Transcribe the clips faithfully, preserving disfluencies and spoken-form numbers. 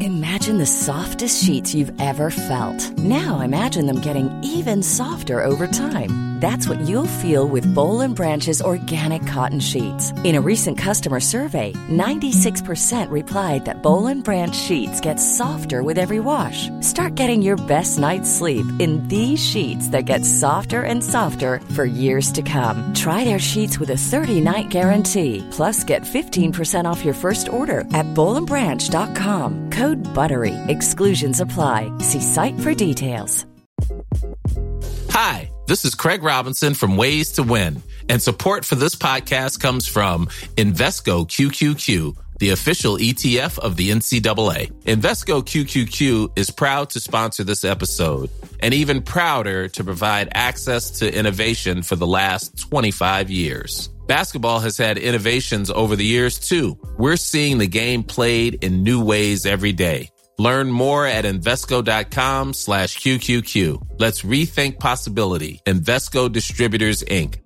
Imagine the softest sheets you've ever felt. Now imagine them getting even softer over time. That's what you'll feel with Boll and Branch's organic cotton sheets. In a recent customer survey, ninety-six percent replied that Boll and Branch sheets get softer with every wash. Start getting your best night's sleep in these sheets that get softer and softer for years to come. Try their sheets with a thirty-night guarantee. Plus, get fifteen percent off your first order at boll and branch dot com. Code BUTTERY. Exclusions apply. See site for details. Hi, this is Craig Robinson from Ways to Win, and support for this podcast comes from Invesco Q Q Q, the official E T F of the N C double A. Invesco Q Q Q is proud to sponsor this episode, and even prouder to provide access to innovation for the last twenty-five years. Basketball has had innovations over the years, too. We're seeing the game played in new ways every day. Learn more at Invesco.com slash QQQ. Let's rethink possibility. Invesco Distributors, Incorporated.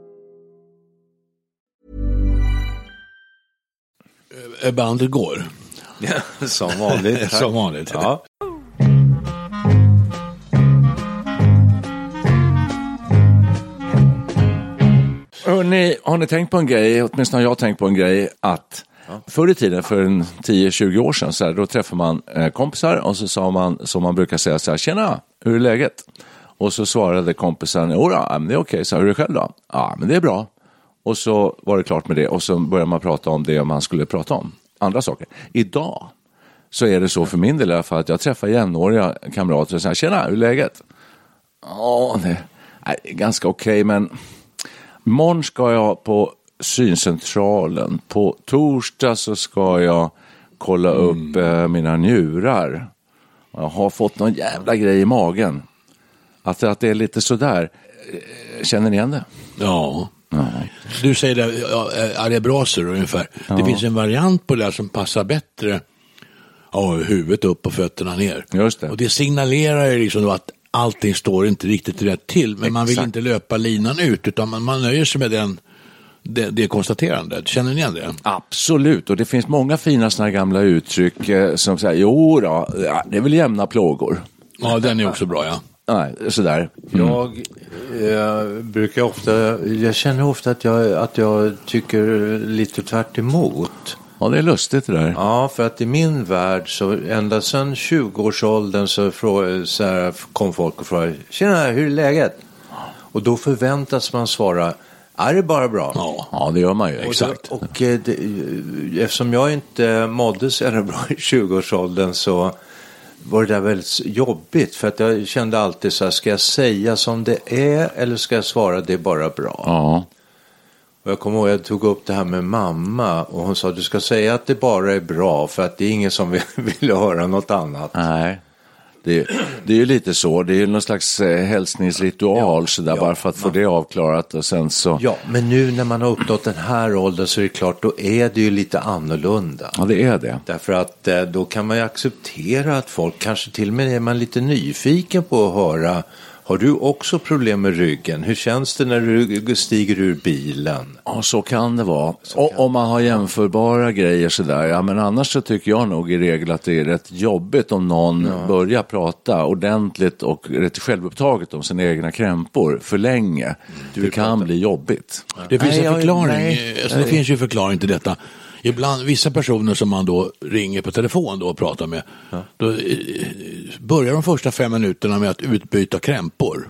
Bandet går. Ja, som vanligt. Som vanligt. Ja. Hörrni, har ni tänkt på en grej, åtminstone har jag tänkt på en grej, att ja. förr i tiden, för en tio tjugo år sedan, så här, då träffade man eh, kompisar och så sa man, som man brukar säga så här: tjena, hur är läget? Och så svarade kompisen: jo då, men det är okej, så hur är det själv då? Ja, men det är bra. Och så var det klart med det, och så började man prata om det man skulle prata om, andra saker. Idag så är det så för min del i alla fall, att jag träffar jämnåriga kamrater och säger: tjena, hur är läget? Ja, det är ganska okej, men imorgon ska jag på syncentralen. På torsdag så ska jag kolla upp mm. eh, mina njurar. Jag har fått någon jävla grej i magen. Att, att det är lite sådär. Känner ni igen det? Ja. Nej. Du säger det, ja, är det braser ungefär. Ja. Det finns en variant på det som passar bättre. Ja, huvudet upp och fötterna ner. Just det. Och det signalerar ju liksom då att allting står inte riktigt rätt till, men Exakt. Man vill inte löpa linan ut, utan man, man nöjer sig med den, det, det konstaterandet. Känner ni igen det? Absolut, och det finns många fina såna gamla uttryck eh, som säger: jo då, ja, det är väl jämna plågor. Ja, den är också bra, ja. Nej, sådär. Mm. Jag, jag brukar ofta, jag känner ofta att jag, att jag tycker lite tvärt emot. Ja, det är lustigt det där. Ja, för att i min värld så ända sedan tjugo-årsåldern så, frå, så här, kom folk och frågade: tjena, hur är läget? Och då förväntas man svara: är det bara bra? Ja, ja det gör man ju. Och Exakt. Då, och det, eftersom jag inte mådde så jävla bra i tjugo-årsåldern så var det där väldigt jobbigt. För att jag kände alltid så här: ska jag säga som det är eller ska jag svara det är bara bra? Ja. Och jag kommer ihåg att jag tog upp det här med mamma och hon sa: du ska säga att det bara är bra, för att det är ingen som vill, vill höra något annat. Nej, det, det är ju lite så. Det är ju någon slags eh, hälsningsritual ja, så där, ja, bara för att få man... det avklarat och sen så... Ja, men nu när man har uppnått den här åldern så är det klart, då är det ju lite annorlunda. Ja, det är det. Därför att eh, då kan man ju acceptera att folk, kanske till och med är man lite nyfiken på att höra: har du också problem med ryggen? Hur känns det när du stiger ur bilen? Ja, så kan det vara. Och om man har jämförbara grejer sådär. Ja, men annars så tycker jag nog i regel att det är rätt jobbigt om någon ja. börjar prata ordentligt och rätt självupptaget om sina egna krämpor för länge. Mm. Det kan prata. bli jobbigt. Ja. Det finns nej, en förklaring. Nej, alltså, det finns ju en förklaring till detta. Ibland, vissa personer som man då ringer på telefon då och pratar med, ja. då eh, börjar de första fem minuterna med att utbyta krämpor.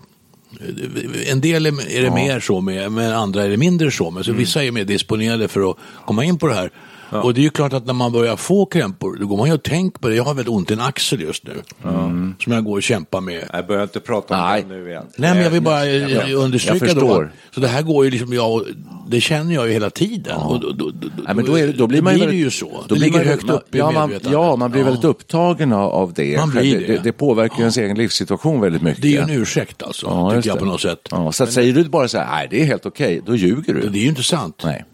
En del är, är det ja. mer så med, men andra är det mindre så med. Så mm. vissa är mer disponerade för att komma in på det här. Ja. Och det är ju klart att när man börjar få krämpor, då går man ju och tänker på det. Jag har väldigt ont i en axel just nu. Mm. Som jag går och kämpar med. Jag börjar inte prata om Nej. det nu igen. Nej, men jag vill bara ja. understryka jag då. Så det här går ju liksom, jag, det känner jag ju hela tiden. Ja. Och då, då, då, Nej, men då, är det, då blir man blir väldigt, det ju så. Då det blir ligger man, högt upp i ja, man, ja, man blir ja. väldigt upptagen av det. Man blir det. Det, det påverkar ja. ens egen livssituation väldigt mycket. Det är ju en ursäkt alltså, ja, tycker jag på något sätt. Ja, så att men, säger du bara så här: nej, det är helt okej, då ljuger du. Det är ju inte sant. Nej.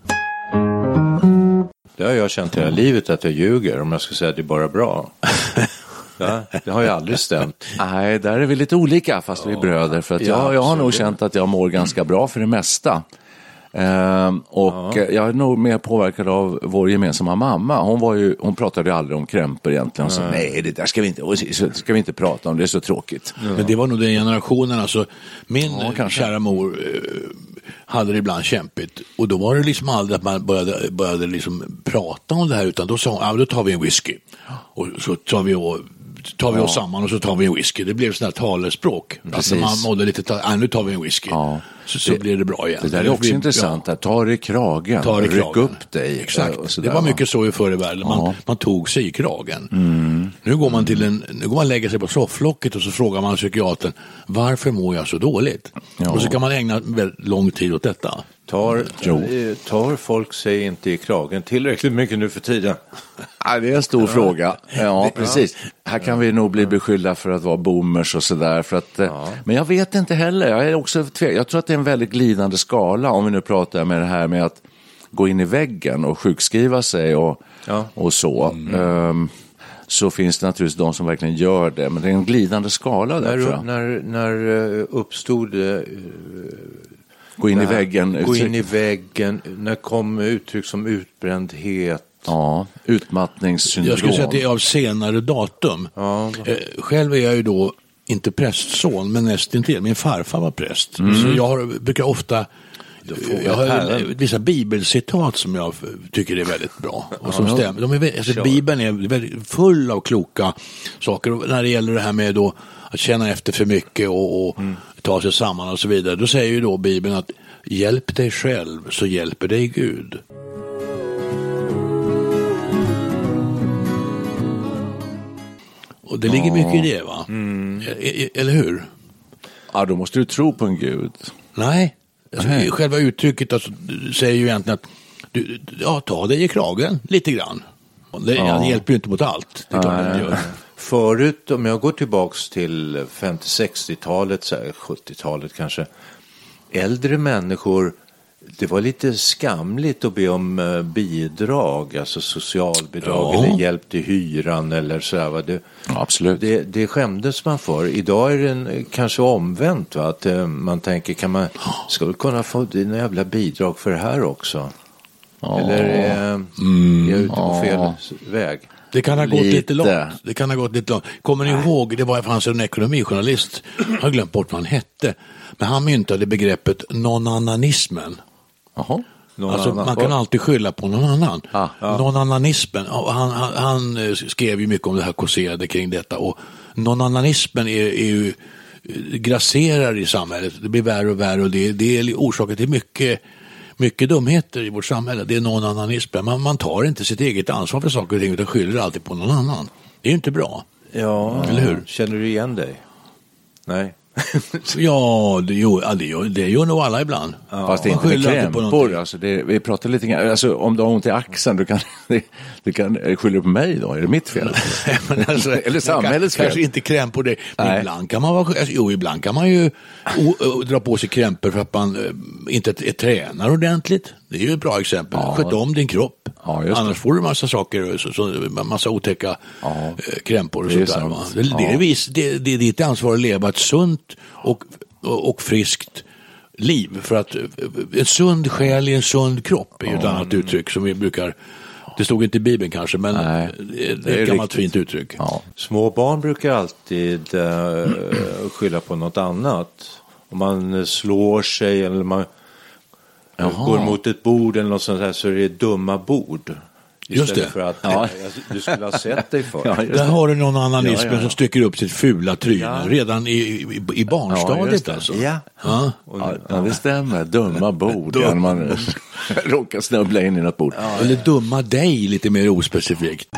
Det har jag känt hela livet, att jag ljuger om jag ska säga att det är bara bra. Ja, det har ju aldrig stämt. Nej, där är vi lite olika fast ja. vi är bröder. För att jag, jag har nog känt att jag mår ganska bra för det mesta. Ehm, och ja. jag är nog mer påverkad av vår gemensamma mamma. Hon, var ju, hon pratade aldrig om krämpor egentligen. Hon sa, nej, det där ska vi, inte, ska vi inte prata om, det är så tråkigt. Ja. Men det var nog den generationen, alltså min ja, kära mor eh, hade det ibland kämpigt. Och då var det liksom aldrig att man började, började liksom prata om det här, utan då sa hon, ja, då tar vi en whisky. Och så tar vi och tar vi oss ja. samman och så tar vi en whisky. Det blev sån här talespråk. Alltså man mådde lite, ta- ja, nu tar vi en whisky. Ja. Så, så det, blir det bra igen. Det där är också det, intressant. Ja. Ta det i kragen. Ta det i kragen. Ryck upp dig. Exakt. Det var mycket så i förr i världen. Man, ja. man tog sig i kragen. Mm. Nu går man till en, nu går man lägga sig på sofflocket och så frågar man psykiatern, varför mår jag så dåligt? Ja. Och så kan man ägna väldigt lång tid åt detta. Tar, tar folk sig inte i kragen tillräckligt mycket nu för tiden? Ja, det är en stor ja. fråga. Ja, precis. Här kan vi nog bli beskyllda för att vara boomers och sådär. För att, ja. Men jag vet inte heller. Jag är också tvek. Jag tror att det är en väldigt glidande skala, om vi nu pratar med det här med att gå in i väggen och sjukskriva sig och, ja. och så. Mm. Um, så finns det naturligtvis de som verkligen gör det. Men det är en glidande skala där, när, när, när uppstod det... Gå in i väggen. Gå in i väggen. När kom uttryck som utbrändhet? Ja, utmattningssyndrom. Jag skulle säga att det är av senare datum. Ja. Själv är jag ju då inte prästson, men nästintill. Min farfar var präst. Mm. Så jag har, brukar ofta... Jag har vissa bibelcitat som jag tycker är väldigt bra och som stämmer. De är, alltså, Bibeln är väldigt full av kloka saker. Och när det gäller det här med då att känna efter för mycket och, och mm. ta sig samman och så vidare, då säger ju då Bibeln att hjälp dig själv så hjälper dig Gud. Och det ligger mycket i det, va? Mm. Eller hur? Ja, då måste du tro på en Gud. Nej. Alltså, själva uttrycket alltså, säger ju egentligen att du, ja, ta dig i kragen lite grann. Det, ja. det hjälper ju inte mot allt. Det är klart att det gör. Förut, om jag går tillbaks till femtio-sextiotalet, så här, sjuttiotalet kanske, äldre människor, det var lite skamligt att be om uh, bidrag, alltså socialbidrag ja. eller hjälp till hyran eller så här, va? Det, ja, absolut. Det, det skämdes man för. Idag är det en, kanske omvänt, va? Att uh, man tänker, kan man, ska vi kunna få dina jävla bidrag för det här också? Ja. Eller är, mm. är jag ute på fel ja. väg? Det kan ha gått lite, lite långt. Det kan ha gått lite långt. Kommer ni ihåg, det var fanns en ekonomijournalist, jag har glömt bort vad han hette, men han myntade begreppet nonannanismen. Jaha. Alltså, man kan alltid skylla på någon annan. Ah, ja. Nonannanismen, han, han, han skrev ju mycket om det här, kåserade kring detta, och nonannanismen är, är ju grasserar i samhället. Det blir värre och värre, och det, det är orsaken till mycket mycket dumheter i vårt samhälle. Det är nonannanismen. Man, man tar inte sitt eget ansvar för saker och ting, utan skyller alltid på någon annan. Det är ju inte bra. Ja, eller hur? Känner du igen dig? Nej. Ja, det gör, det, gör, det gör nog alla ibland. Ja. Fast det är inte med krämpor. Alltså det, vi pratar lite grann, alltså, om du har ont i axeln, du kan, du kan skylla på mig då. Är det mitt fel? Men alltså, eller samhällets fel? Kanske inte krämpor. Det. Men ibland kan man vara, alltså, jo, ibland kan man ju o, o, dra på sig krämpor för att man uh, inte är, är tränar ordentligt. Det är ju ett bra exempel. Ja. Sköt om din kropp. Ja, annars får du massa saker, så, så, massa otäcka ja. eh, krämpor och sånt där. Va? Det, ja. det, är vis, det, det är ditt ansvar att leva ett sunt och, och, och friskt liv. För att en sund själ i en sund kropp är ju ett ja. annat uttryck som vi brukar, det stod inte i Bibeln kanske, men Nej, det, det är ett gammalt fint uttryck. Ja. Små barn brukar alltid uh, skylla på något annat. Om man slår sig eller man Jaha. går mot ett bord eller något sånt här, så är det dumma bord. Just det. För att ja. du skulle ha sett dig för. Ja, där har du någon annanism ja, ja. som stycker upp sitt fula tryne ja. redan i, i, i barnstadiet. Ja, alltså. Ja. Ja. Ja. ja, det stämmer. Dumma bord. Dumma. När man råkar snubbla in i något bord. Ja. Eller dumma dig, lite mer ospecifikt.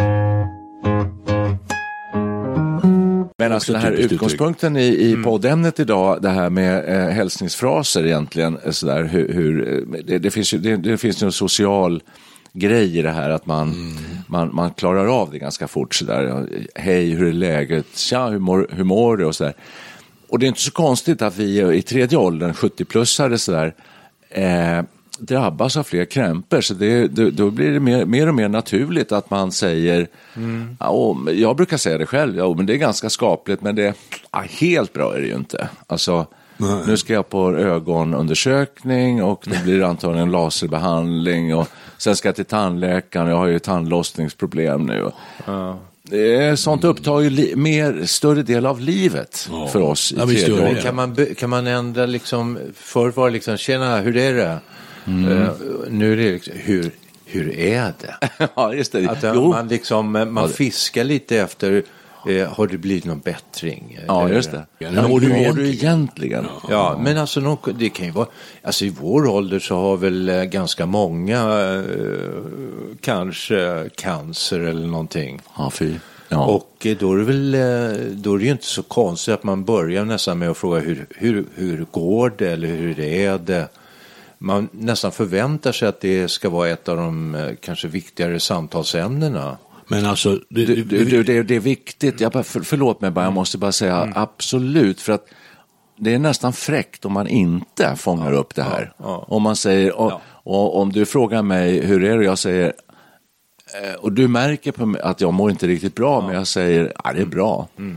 Men alltså den här utgångspunkten i, i mm. poddämnet idag, det här med eh, hälsningsfraser egentligen, sådär, hur, hur, det, det finns ju det, det finns ju en social grej i det här, att man, mm. man, man klarar av det ganska fort sådär. Hej, hur är läget? Tja, hur mår, hur mår du? Och sådär. Och det är inte så konstigt att vi i tredje åldern, sjuttio-plussare sådär, eh, drabbas av fler krämpor, så det, då blir det mer, mer och mer naturligt att man säger mm. ja, jag brukar säga det själv, ja, men det är ganska skapligt, men det ja, helt bra är det ju inte. Alltså, Nej. Nu ska jag på ögonundersökning och det blir antagligen laserbehandling och sen ska jag till tandläkaren, jag har ju tandlossningsproblem nu. Ja. Det är sånt upptar ju li- mer större del av livet ja. för oss. Ja, visst, det. Kan, man, kan man ändra liksom, förr var det liksom, tjena, hur är det? Mm. Uh, nu är det liksom, hur, hur är det? Ja, just det. Att uh, man liksom, man fiskar lite efter, uh, har det blivit någon bättring? Ja, eller? Just det. Men hur mår du egentligen? Ja, men alltså, det kan ju vara, alltså i vår ålder så har väl uh, ganska många uh, kanske cancer eller någonting. Ja, fy. Ja. Och då är det väl då är det ju inte så konstigt att man börjar nästan med att fråga hur, hur, hur går det eller hur är det. Man nästan förväntar sig att det ska vara ett av de kanske viktigare samtalsämnena. Men alltså, det, det, det, det, det är viktigt. Jag bara, för, förlåt mig bara, jag måste bara säga mm. absolut, för att det är nästan fräckt om man inte fångar ja, upp det här. Ja, ja. Om man säger, och, ja. och, och om du frågar mig hur är det, jag säger, och du märker på mig att jag mår inte riktigt bra, ja. men jag säger, ja det är bra. Mm.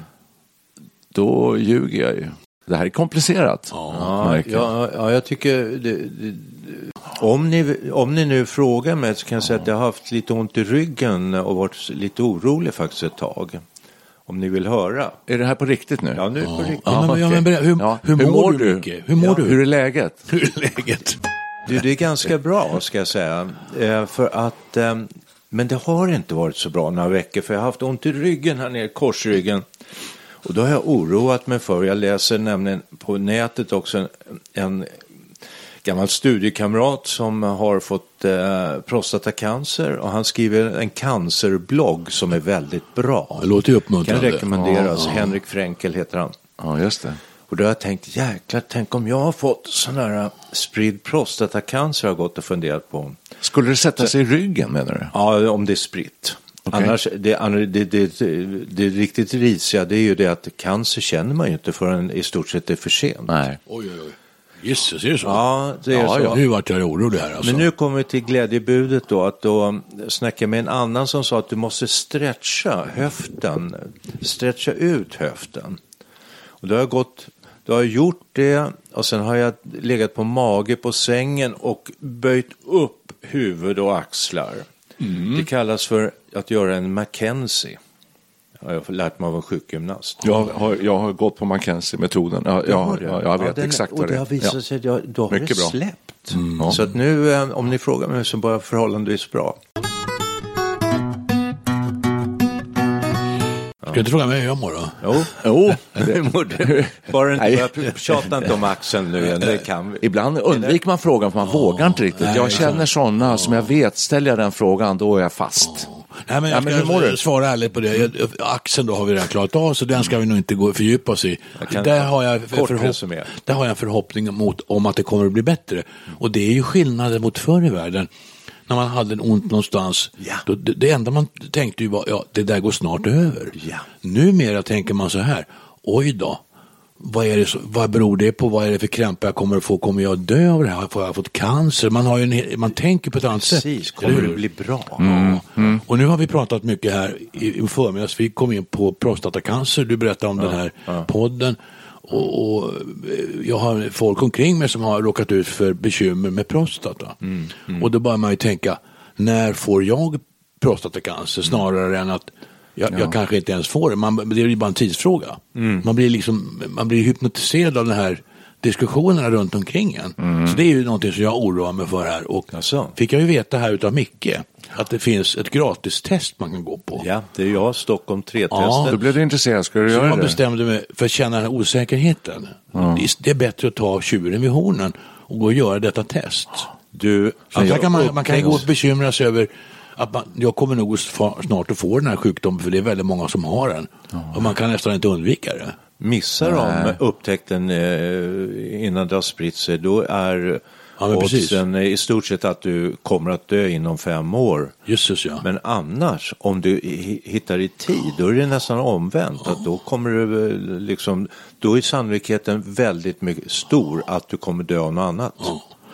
Då ljuger jag ju. Det här är komplicerat. Ja, ja, ja jag tycker det, det, om, ni, om ni nu frågar mig så kan jag säga att jag har haft lite ont i ryggen och varit lite orolig faktiskt ett tag. Om ni vill höra. Är det här på riktigt nu? Ja, nu är det på riktigt. Ja, men, ja, men, hur, ja. hur, hur mår du? du? Hur mår ja. du? Hur är läget? Hur är läget? Du, det är ganska bra ska jag säga. Eh, för att, eh, men det har inte varit så bra några veckor. För jag har haft ont i ryggen här nere, korsryggen. Och då har jag oroat mig för, jag läser nämligen på nätet också en, en gammal studiekamrat som har fått eh, prostatacancer och han skriver en cancerblogg som är väldigt bra. Det låter ju uppmuntrande. Kan rekommenderas, ja, ja. Henrik Fränkel heter han. Ja, just det. Och då har jag tänkt, jäklar, tänk om jag har fått sån här spridd prostatacancer, har gått och funderat på. Skulle det sätta sig i ryggen menar du? Ja, om det är spritt. Okay. Annars, det, det, det, det, det riktigt risiga, det är ju det att cancer känner man ju inte förrän i stort sett är för sent. Nej. Oj, oj, oj. Jesus, är det så? Ja, det är ja, så. Ja. Nu vart jag orolig här alltså. Men nu kommer vi till glädjebudet då, att då snackar med en annan som sa att du måste stretcha höften, stretcha ut höften. Och då har jag gått, då har jag gjort det och sen har jag legat på mage på sängen och böjt upp huvud och axlar. Mm. Det kallas för att göra en Mackenzie. Jag har lärt mig av en sjukgymnast. Jag har, jag har gått på Mackenzie-metoden. Jag, jag, jag, jag vet ja, exakt vad det är. Och det har visat sig att jag, då har Mycket det bra. släppt. Mm, ja. Så att nu, om ni frågar mig så bara förhållandevis bra. Ska du inte fråga mig hur jag mår då? Jo, jo. Det, bara inte, tjata inte om axeln nu igen, det kan vi. Ibland undviker man frågan för man oh, vågar inte riktigt. Nej, jag känner sådana oh. som jag vet, ställer jag den frågan då är jag fast. Oh. Nej, men jag ska ja, men svara ärligt på det. Jag, axeln då har vi redan klarat av, så den ska vi nog inte gå fördjupa oss i. Där har, jag förhopp- där har jag en förhoppning mot, om att det kommer att bli bättre. Mm. Och det är ju skillnaden mot förr i världen. När man hade en ont någonstans, ja. då, det, det enda man tänkte ju var, ja, det där går snart över. Ja. Numera tänker man så här, oj då, vad, är det så, vad beror det på, vad är det för krämpar jag kommer att få, kommer jag att dö av det här, får jag fått cancer? Man, har ju en, man tänker på ett annat sätt. Precis, kommer det bli bra? Mm. Mm. Och nu har vi pratat mycket här i, i förmiddags, vi kom in på prostatacancer, du berättade om ja. den här ja. podden. Och, och jag har folk omkring mig som har råkat ut för bekymmer med prostata. Mm, mm. Och då börjar man ju tänka, när får jag prostatacancer? Snarare mm. än att jag, ja. jag kanske inte ens får det. Man, det är ju bara en tidsfråga. Mm. Man blir liksom, man blir hypnotiserad av den här diskussionerna runt omkring en. Mm. Så det är ju någonting som jag oroar mig för här. Och alltså. fick jag ju veta här utav Micke att det finns ett gratis test man kan gå på. Ja, det är jag, Stockholm tre-testet. Ja, då blev du intresserad, ska du så göra jag det? bestämde mig för att känna den här osäkerheten. Mm. Det är bättre att ta tjuren vid hornen och gå och göra detta test. Du, så kan man, man kan gå och bekymra sig över att man, jag kommer nog snart att få den här sjukdomen, för det är väldigt många som har den. Mm. Och man kan nästan inte undvika det. Missar de upptäckten eh, innan det har spritt sig, då är ja, oddsen i stort sett att du kommer att dö inom fem år. Just ja. Men annars, om du hittar i tid, då är det nästan omvänt. Ja. Att då kommer du liksom, då är sannolikheten väldigt mycket stor att du kommer dö av något annat. Ja.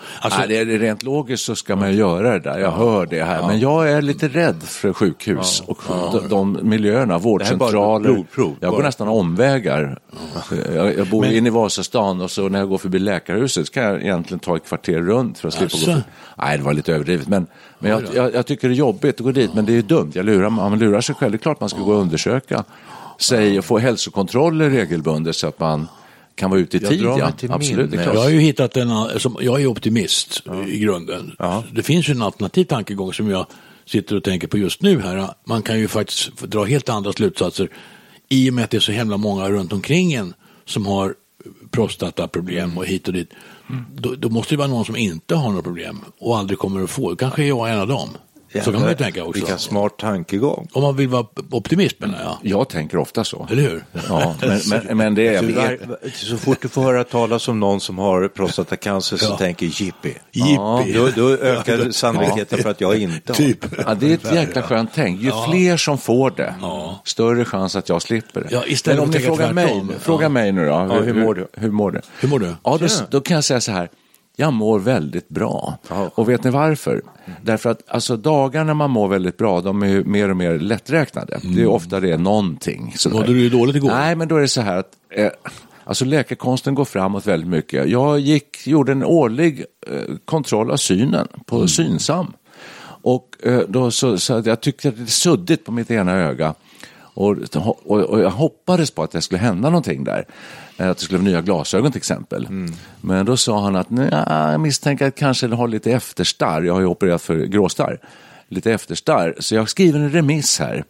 Alltså, Nej, det är rent logiskt så ska man göra det där. Jag hör det här. Ja. Men jag är lite rädd för sjukhus ja. och ja. de, de miljöerna, vårdcentraler. Blodprov, jag går nästan omvägar. Ja. Jag, jag bor men... inne i Vasastan och så när jag går förbi läkarhuset så kan jag egentligen ta ett kvarter runt för att slippa alltså. gå för... Nej, det var lite överdrivet. Men, men jag, jag, jag tycker det är jobbigt att gå dit. Men det är ju dumt. Jag lurar, man lurar sig själv. Det är klart man ska gå och undersöka sig och få hälsokontroller regelbundet så att man kan vara ute i tid. Ja. Absolut, jag har ju hittat en, som, jag är optimist ja. i grunden. Ja. Det finns ju en alternativ tankegång som jag sitter och tänker på just nu här. Man kan ju faktiskt dra helt andra slutsatser i och med att det är så himla många runt omkring en som har prostataproblem och hit och dit. Mm. Då, då måste det vara någon som inte har några problem och aldrig kommer att få. Kanske jag är en av dem. Ja, så kan man ju tänka också. Vilka smart tankegång. Om man vill vara optimist menar jag. Jag tänker ofta så. Eller hur? Ja, men, men, men det är jag vet. Så fort du får höra talas om någon som har prostatacancer så ja. tänker jippi. Ja, då, då ökar sannolikheten ja. för att jag inte har. Typ. Ja, det är ett jäkla skönt tänk. Ju ja. fler som får det, ja. större chans att jag slipper det. Ja, istället men om ni frågar mig, ja. fråga mig nu då. Ja, hur, hur mår du? Hur mår du? Hur mår du? Ja, då, då kan jag säga så här. Jag mår väldigt bra. Aha. Och vet ni varför? Mm. Därför att alltså, dagar när man mår väldigt bra, de är ju mer och mer lätträknade. Mm. Det är ofta det är någonting. Mådde du ju dåligt igår? Nej, men då är det så här att eh, alltså, läkarkonsten går framåt väldigt mycket. Jag gick, gjorde en årlig eh, kontroll av synen på mm. Synsam. Och eh, då så, så att jag tyckte att det är suddigt på mitt ena öga. Och, och, och jag hoppades på att det skulle hända någonting där. Att det skulle vara nya glasögon till exempel. Mm. Men då sa han att nej, jag misstänker att kanske det har lite efterstarr. Jag har ju opererat för gråstarr. Lite efterstarr. Så jag skriver en remiss här.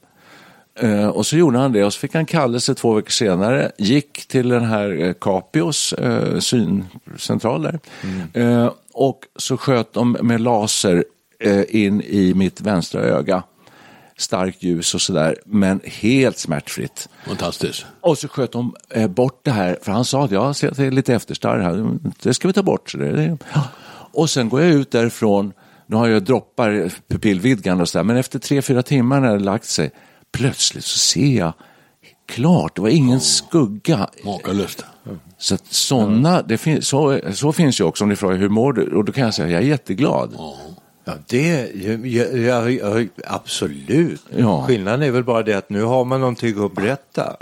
Uh, och så gjorde han det. Och så fick han kallelse två veckor senare. Gick till den här uh, Capios uh, syncentral där. Mm. Uh, och så sköt de med laser uh, in i mitt vänstra öga. Starkt ljus och sådär, men helt smärtfritt. Fantastiskt. Och så sköt de eh, bort det här, för han sa att jag ser att det är lite efterstarr här, det ska vi ta bort. Så det, det. Ja. Och sen går jag ut därifrån, nu har jag droppar pupillvidgande och sådär, men efter tre, fyra timmar när det lagt sig, plötsligt så ser jag klart, det var ingen oh. skugga. Makalöst. Så att sådana, mm. det fin- så, så finns ju också, om ni frågar hur mår du, och då kan jag säga, jag är jätteglad. Oh. Ja, det, jag, jag, jag, absolut. Ja. Skillnaden är väl bara det att nu har man någonting att berätta.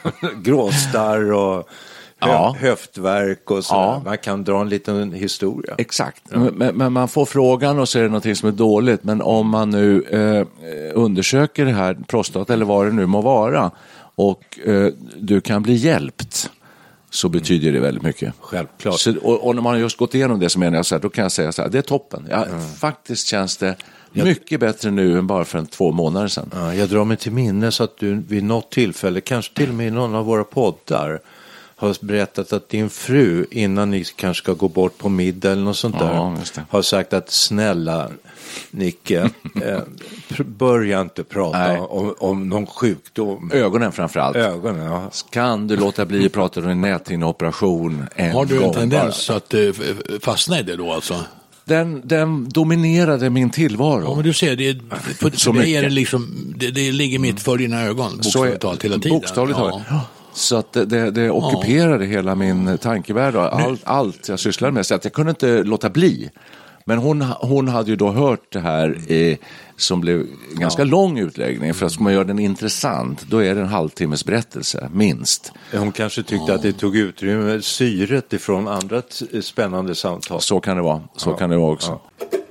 Gråstarr och hö, ja. höftverk och så. Ja. Man kan dra en liten historia. Exakt. Ja. Men, men man får frågan och så är det någonting som är dåligt. Men om man nu eh, undersöker det här prostat eller vad det nu må vara och eh, du kan bli hjälpt, så betyder det väldigt mycket. Självklart. Så, och, och när man har just gått igenom det så menar jag så här, då kan jag säga så här, det är toppen. Ja, mm. Faktiskt känns det mycket bättre nu än bara för en två månader sedan. Ja, jag drar mig till minnes att du vid något tillfälle, kanske till och med i någon av våra poddar, har berättat att din fru, innan ni kanske ska gå bort på middag eller något sånt ja, där, har sagt att snälla Nicke, eh, börja inte prata om, om någon sjukdom. Ögonen framförallt. Ögonen, ja. Kan du låta bli att prata om en näthinneoperation en gång? Har du en tendens bara att uh, fastna i det då alltså? Den, den dominerade min tillvaro. Ja, men du ser, det, för, för det, är det, liksom, det, det ligger mitt för dina ögon, bokstavligt talat hela tiden. Bokstavligt talat. Ja. Så att det, det, det ockuperade ja. hela min tankevärld och allt, allt jag sysslade med. Så att jag kunde inte låta bli. Men hon, hon hade ju då hört det här eh, som blev ganska ja. lång utläggning. För att ska man göra den intressant, då är det en halvtimmes berättelse, minst. Hon kanske tyckte ja. att det tog utrymme, syret ifrån andra t- spännande samtal. Så kan det vara, så ja. kan det vara också. Ja.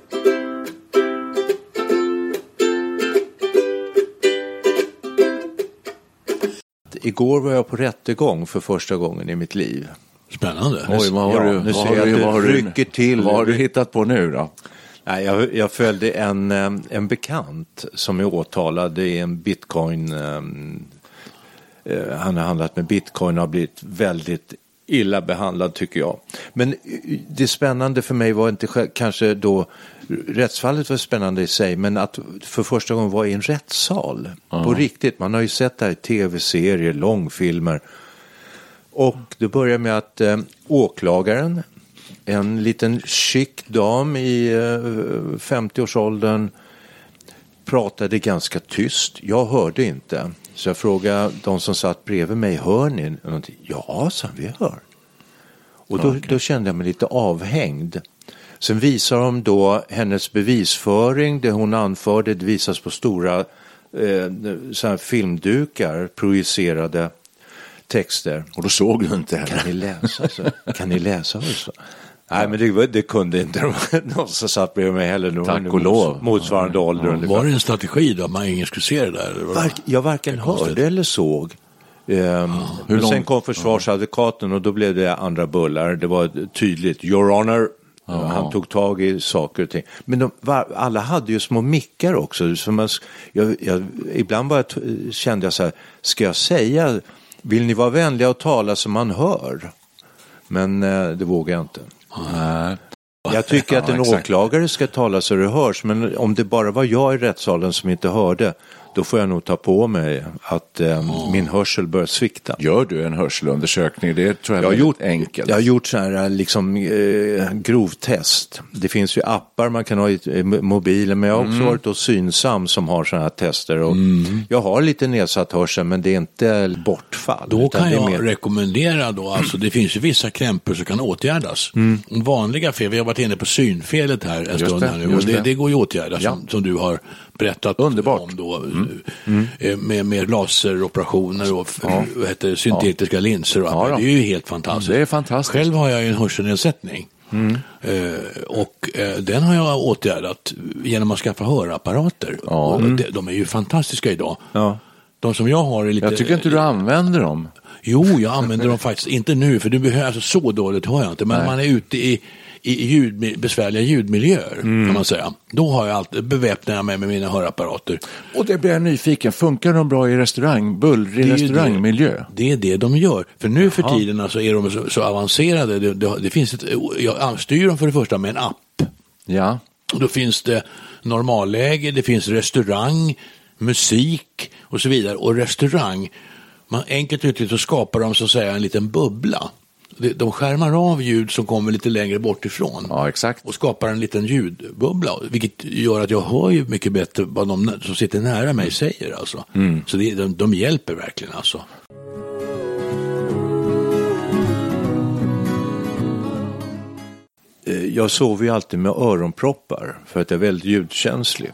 Igår var jag på rättegång för första gången i mitt liv. Spännande. Oj, vad har ja, du, nu vad ser har jag du, att vad du rycker till. Vad har du hittat på nu då? Nej, jag, jag följde en, en bekant som är åtalad i en bitcoin. Um, uh, han har handlat med bitcoin och har blivit väldigt illa behandlad tycker jag. Men det spännande för mig var inte kanske då, rättsfallet var spännande i sig, men att för första gången vara i en rättssal. Uh-huh. På riktigt, man har ju sett det här i tv-serier, långfilmer. Och det börjar med att eh, åklagaren, en liten chic dam i eh, femtio-årsåldern, pratade ganska tyst. Jag hörde inte. Så jag frågade de som satt bredvid mig, hör ni någonting? Ja, så vi hör. Och då, okay. då kände jag mig lite avhängd. Sen visar de då hennes bevisföring, det hon anförde, det visas på stora eh, så här filmdukar, projicerade texter. Och då såg du inte heller. Kan ni läsa så? Kan ni läsa så? Nej, men det, det kunde inte de, de som satt bredvid mig heller. Tack och lov. Motsvarande ja, ålder. Ja, var det en strategi då? Man ingen skulle se det där? Eller Vark, jag varken hörde eller såg. Um, ja, men sen kom försvarsadvokaten och då blev det andra bullar. Det var tydligt. Your Honor. Ja. Han tog tag i saker och ting. Men de, var, alla hade ju små mickar också. Så man, jag, jag, ibland bara t- kände jag så här, ska jag säga, vill ni vara vänliga och tala som man hör? Men eh, det vågar jag inte. Nej. Jag tycker att en ja, åklagare ska tala så det hörs, men om det bara var jag i rättssalen som inte hörde, då får jag nog ta på mig att eh, mm. min hörsel börjar svikta. Gör du en hörselundersökning? Det tror jag, jag är gjort, enkelt. Jag har gjort så här liksom eh, grovtest. Det finns ju appar man kan ha i mobilen, men jag har också mm. varit hos Synsam som har sådana här tester. Och mm. jag har lite nedsatt hörsel, men det är inte bortfall. Då kan jag mer... rekommendera då, alltså det finns ju vissa krämpor som kan åtgärdas. Mm. Vanliga fel, vi har varit inne på synfelet här en stund här nu, och det, det går ju åtgärdas ja. som, som du har berättat Underbart. om då. Mm. Mm. Med, med laseroperationer och ja. vad heter, syntetiska ja. linser och allt. Ja, det är ju helt fantastiskt. Det är fantastiskt. Själv har jag ju en hörselnedsättning. Mm. Eh, och eh, den har jag åtgärdat genom att skaffa hörapparater. Ja. Och Mm. de, de är ju fantastiska idag. Ja. De som jag har är lite... Jag tycker inte du använder dem. Jo, jag använder dem faktiskt inte nu, för du behöver, alltså, så dåligt har jag inte. Men Nej. man är ute i i ljud, besvärliga ljudmiljöer mm. kan man säga. Då har jag alltid beväpnar jag mig med mina hörapparater. Och det blir jag nyfiken. Funkar de bra i restaurang, bullrig restaurangmiljö? Det, det är det de gör. För nu för Jaha. tiden alltså, är de så, så avancerade. Det, det, det finns ett, jag styr dem för det första med en app. Ja. Då finns det normalläge, det finns restaurang, musik och så vidare. Och restaurang, man enkelt uttryckt så skapar de så att säga en liten bubbla. De skärmar av ljud som kommer lite längre bort ifrån. Ja, exakt. Och skapar en liten ljudbubbla. Vilket gör att jag hör ju mycket bättre vad de som sitter nära mig säger. Alltså. Mm. Så det, de, de hjälper verkligen alltså. Jag sover ju alltid med öronproppar för att jag är väldigt ljudkänslig.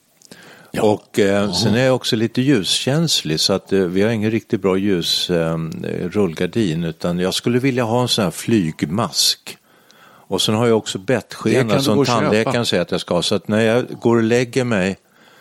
Ja. Och eh, sen är jag också lite ljuskänslig, så att eh, vi har ingen riktigt bra ljus eh, rullgardin, utan jag skulle vilja ha en sån här flygmask. Och sen har jag också bettskena som tandläkaren säger att jag ska ha, så att när jag går och lägger mig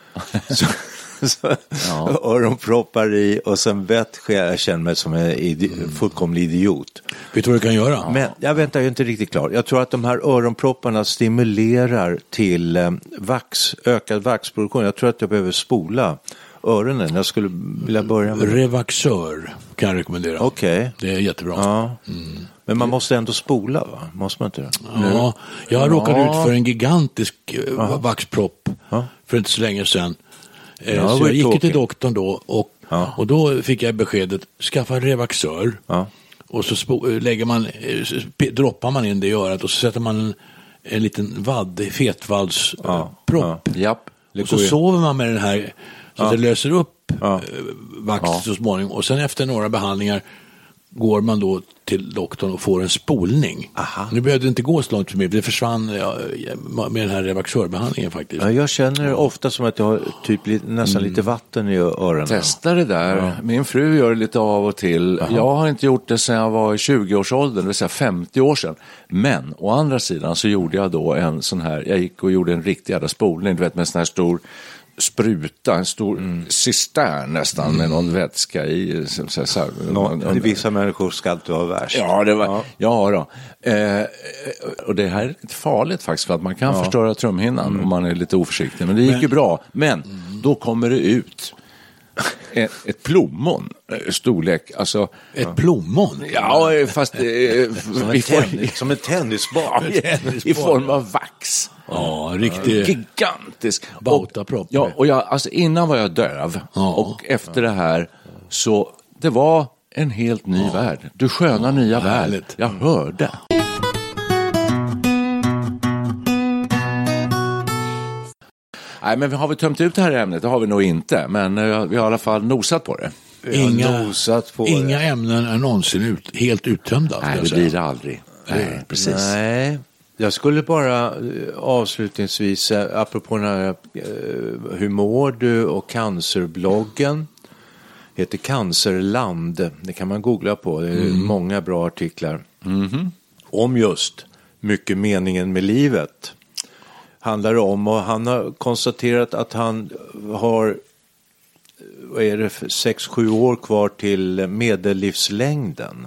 så, så ja. öronproppar i och sen bettskena, jag känner mig som en idi- mm. fullkomlig idiot. Vet du vad du kan göra? Men jag väntar ju inte riktigt klar. Jag tror att de här öronpropparna stimulerar till eh, vax, ökad vaxproduktion. Jag tror att jag behöver spola öronen. Jag skulle vilja börja med Revaxör kan jag rekommendera. Okej. Okay. Det är jättebra. Ja. Mm. Men man måste ändå spola, va? Måste man inte det? Ja, jag har råkat ja. ut för en gigantisk ja. vaxpropp ja. för inte så länge sedan. Ja, så jag gick tråkigt. till doktorn då och, ja. och då fick jag beskedet, skaffa Revaxör. Ja. Och så sp- lägger man, sp- droppar man in det i örat och så sätter man en, en liten vadd, fetvaldspropp. Ja. Ja. Japp. Och så sover man med den här så att ja. det löser upp ja. vax ja. så småningom. Och sen efter några behandlingar går man då till doktorn och får en spolning. Aha. Nu behövde det inte gå så långt för mig. Det försvann ja, med den här Revaxörbehandlingen faktiskt. Ja, jag känner det ofta som att jag har typ li- nästan mm. lite vatten i öronen. Testa det där. Ja. Min fru gör det lite av och till. Aha. Jag har inte gjort det sedan jag var i tjugo-årsåldern, det vill säga femtio år sedan. Men å andra sidan så gjorde jag då en sån här, jag gick och gjorde en riktig jävla spolning, du vet, med en sån här stor spruta, en stor mm. cistern nästan mm. med någon vätska i. Så, så, så, Nå, någon, det vissa människor ska inte vara värst. Ja, det var, ja. ja då. Eh, och det här är lite farligt faktiskt, för att man kan ja. förstöra trumhinnan mm. om man är lite oförsiktig. Men det gick men, ju bra. Men mm. då kommer det ut ett, ett plommon storlek. Alltså, ett ja. plommon? Ja, fast eh, som, en tennis, som en tennisboll. I form av vax. Ja, riktigt gigantisk bautapropp. Ja, och jag, alltså innan var jag döv ja. och efter det här så det var en helt ny ja. värld. Du sköna ja, nya värld. Jag hörde. Nej, men har vi tömt ut det här ämnet? Det har vi nog inte, men vi har i alla fall nosat på det. Inga, nosat på inga det. ämnen är någonsin ut, helt uttömda. Nej, det blir det aldrig. Nej, precis. Nej. Jag skulle bara avslutningsvis, apropå den här Hur mår du och cancerbloggen, heter Cancerland. Det kan man googla på, det är mm. många bra artiklar mm-hmm. om just mycket meningen med livet. Handlar om, och han har konstaterat att han har, vad är det, sex sju år kvar till medellivslängden.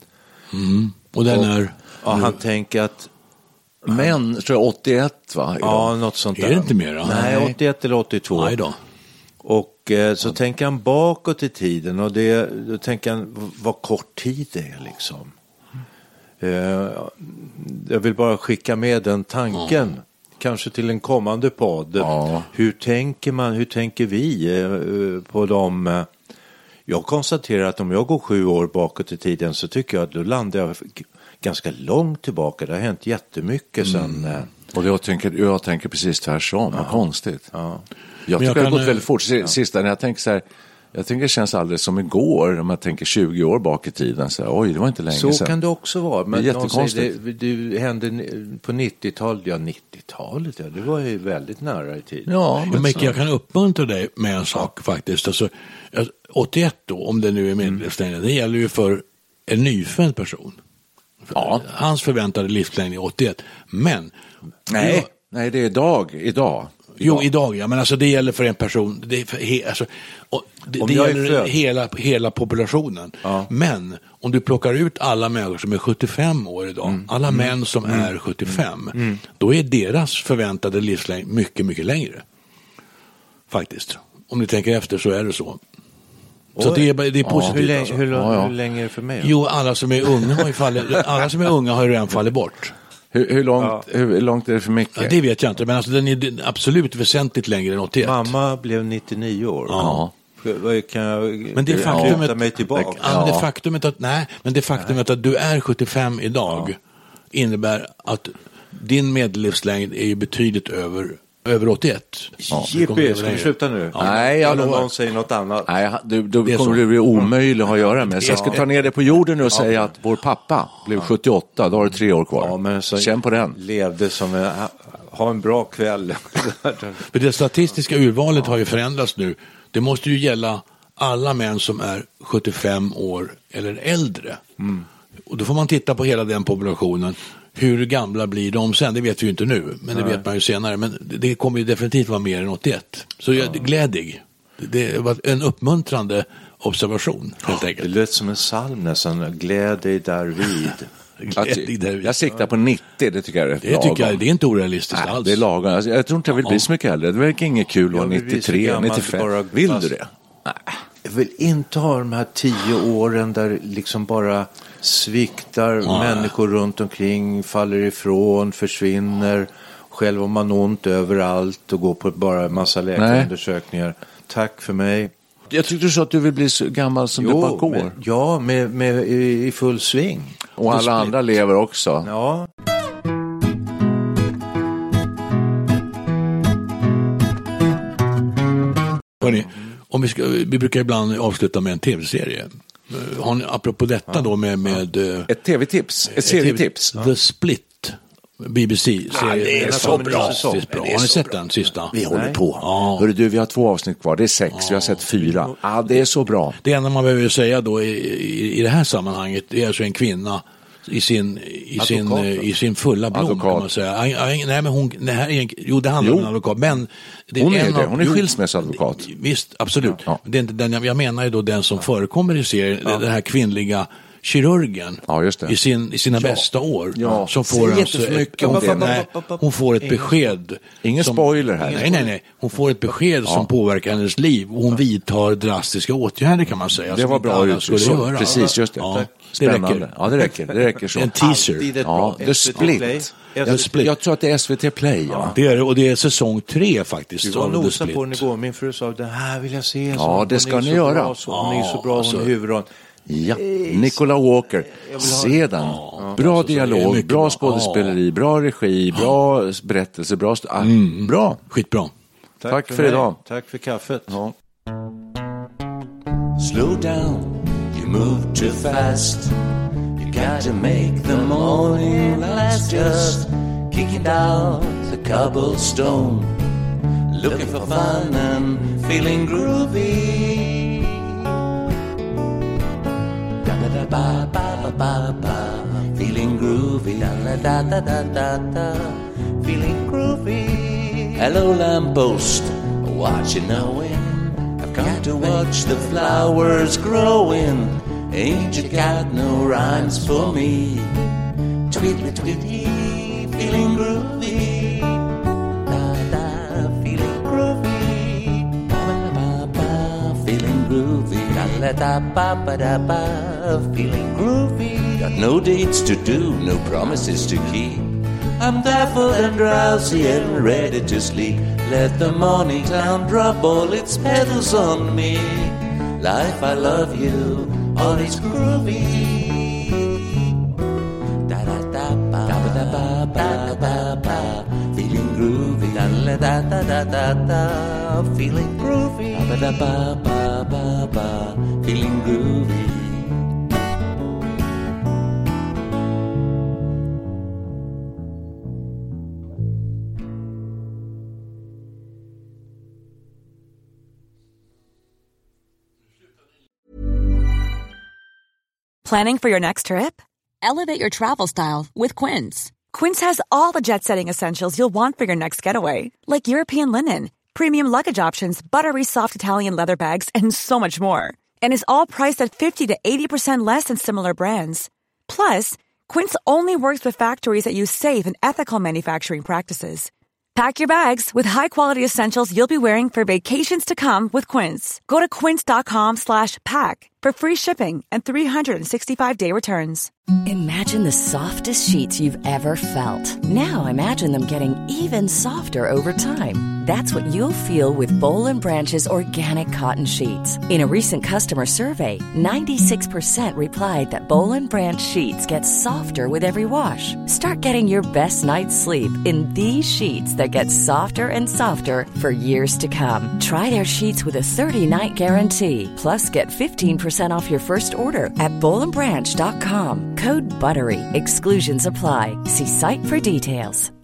Mm. Och den är... Och, ja, han tänker att men, tror jag åttioett va? Idag. Ja, något sånt där. Är det inte mer då? Nej, åttioett eller åttiotvå. Nej då. Och eh, så ja. tänker han bakåt i tiden, och det, då tänker han vad kort tid det är liksom. Eh, jag vill bara skicka med den tanken. Ja. Kanske till en kommande podd. Ja. Hur tänker man, hur tänker vi eh, på dem? Eh, jag konstaterar att om jag går sju år bakåt i tiden så tycker jag att då landar jag ganska långt tillbaka. Det har hänt jättemycket mm. sen. Eh. Och jag tänker, jag tänker precis tvärsom, vad ja. konstigt. Ja. Jag tycker jag det har kan, gått väldigt fort. Sista när jag tänker så här, jag tänker det känns alldeles som igår om jag tänker tjugo år bak i tiden. Så här, oj, det var inte länge så sedan. Så kan det också vara. Men det är jättekonstigt. Det, det hände på nittiotalet, ja nittiotalet, ja, det var ju väldigt nära i tiden. Ja, men Micke, jag kan uppmuntra dig med en sak ja. faktiskt. Alltså, åttioett då, om det nu är medellivslängden, mm. det gäller ju för en nyfödd person. Ja. Hans förväntade livslängd är åttioett. Men... Nej, jag, nej det är idag, idag. Jo, ja. idag, ja. Men alltså det gäller för en person. Det, är för, he, alltså, och det, det gäller hela, hela populationen. Ja. Men om du plockar ut alla människor som är sjuttiofem år idag, mm. alla mm. män som mm. är sjuttiofem, mm. då är deras förväntade livslängd mycket, mycket längre. Faktiskt. Om ni tänker efter så är det så. Så det är, det är positivt. Ja, hur, länge, alltså. hur, ja, ja. hur länge är det för mig? Jo, alla som är unga har ju fallit, alla som är unga har ju redan fallit bort. Hur, hur, långt, ja. hur långt är det för mycket? Ja, det vet jag inte, men alltså den är absolut väsentligt längre än åttioett. Mamma blev nittionio år. Ja. Vad kan jag men det faktumet, ja. mig tillbaka? Ja. Det faktumet att, nej, men det faktumet att du är sjuttiofem idag ja. innebär att din medellivslängd är ju betydligt över över åttioett. Ja. Jippi, ska vi sluta nu? Ja. Nej, jag lovar. Någon säger något annat. Nej, du, då kommer så. det bli omöjligt att göra med. Så jag ska ta ner det på jorden nu och säga ja. att vår pappa blev sjuttioåtta, då har du tre år kvar. Ja, men så känn på den. Levde som en, ha en bra kväll. För det statistiska urvalet har ju förändrats nu. Det måste ju gälla alla män som är sjuttiofem år eller äldre. Mm. Och då får man titta på hela den populationen. Hur gamla blir de sen? Det vet vi ju inte nu, men det Nej. vet man ju senare. Men det kommer ju definitivt vara mer än åttioett. Så jag är glädig. Det var en uppmuntrande observation, helt enkelt. Det lät som en psalm nästan. Gläd dig därvid. Jag, jag siktar på nittio, det tycker jag är rätt det tycker jag, det är inte orealistiskt Nej, alls. Det är lagom. Alltså, jag tror inte jag vill bli så mycket äldre. Det verkar inget kul att vara nittiotre, nittiofem. Vill fast... du det? Nej. Jag vill inte ha de här tio åren där liksom bara sviktar ja. människor runt omkring, faller ifrån, försvinner. Själv har man ont överallt och går på bara en massa läkarundersökningar. Tack för mig. Jag tyckte du sa att du vill bli så gammal som jo, du bara går. Men, ja, med, med, i, i full sving. Och alla andra lever också. Ja. Hörrni, om vi, ska, vi brukar ibland avsluta med en tv-serie. Har ni, apropå detta ja. då med... med ett tv-tips, ett, ett serietips. Ja. The Split. B B C-serie. Ja, det är så bra. bra. bra. Har ni sett bra. den sista? Vi håller Nej. på. Ja. Hörru du, vi har två avsnitt kvar. Det är sex, ja. vi har sett fyra. Ja, det är så bra. Det enda man behöver säga då i, i, i det här sammanhanget, det är alltså en kvinna i sin, i sin, i sin fulla blom, advokat. Kan man säga. Nej, men hon, det här är en, jo, det handlar jo. om en advokat, men det är hon är en det, av, hon är skilsmässadvokat. Visst, absolut. Ja. Det är inte den, jag menar ju då den som ja. förekommer i serien, ja. den här kvinnliga kirurgen ja, just det. I, sin, i sina ja. bästa år. Ja. Som får alltså ett, om det. Nej, hon får ett besked. Ingen som, spoiler här. Nej, nej, nej. Hon får ett besked ja. som påverkar hennes liv. Och hon vidtar drastiska åtgärder, kan man säga. Det var bra uttryck. Precis, just det. Ja. Spännande. Det räcker. Ja, det räcker. Det räcker så. En teaser. Ja, The Split. The Split. Jag tror att det är S V T Play. Ja. Ja. Det är, och det är säsong tre faktiskt. Du var nosa på den igår. Min fru sa, det här vill jag se. Ja, det ska ni göra. Hon är så bra, hon är huvudrollen. Ja, Nicola Walker. Se den. Ja, bra dialog, bra skådespeleri, ja. bra regi, bra ja. berättelse, bra st- ah, mm. bra. Skitbra. Tack, Tack för, för idag. Tack för kaffet. Ja. Slow down, you move too fast. You gotta make the morning last. Just kicking down the cobblestone, looking for fun and feeling groovy. Da da da ba ba ba ba ba, feeling groovy. Da da da da da da, feeling groovy. Hello lamppost, what you knowin'? I've come to watch the flowers growing. Ain't you got no rhymes for me? Tweetly tweety, feeling groovy. Da da, feeling groovy. Ba ba ba, feeling groovy. Da da ba ba da ba, feeling groovy. Got no dates to do, no promises to keep. I'm baffled and drowsy and ready to sleep. Let the morning town drop all its petals on me. Life, I love you, all is groovy. Da da da ba da ba ba ba ba, feeling groovy. Da da da da da da, feeling groovy. Ba da ba ba ba ba, feeling groovy. Planning for your next trip? Elevate your travel style with Quince. Quince has all the jet-setting essentials you'll want for your next getaway, like European linen, premium luggage options, buttery soft Italian leather bags, and so much more. And is all priced at fifty to eighty percent less than similar brands. Plus, Quince only works with factories that use safe and ethical manufacturing practices. Pack your bags with high-quality essentials you'll be wearing for vacations to come with Quince. Go to quince.com slash pack for free shipping and three sixty-five day returns. Imagine the softest sheets you've ever felt. Now imagine them getting even softer over time. That's what you'll feel with Boll and Branch's organic cotton sheets. In a recent customer survey, ninety-six percent replied that Boll and Branch sheets get softer with every wash. Start getting your best night's sleep in these sheets that get softer and softer for years to come. Try their sheets with a thirty-night guarantee. Plus, get fifteen percent off your first order at boll and branch dot com. Code BUTTERY. Exclusions apply. See site for details.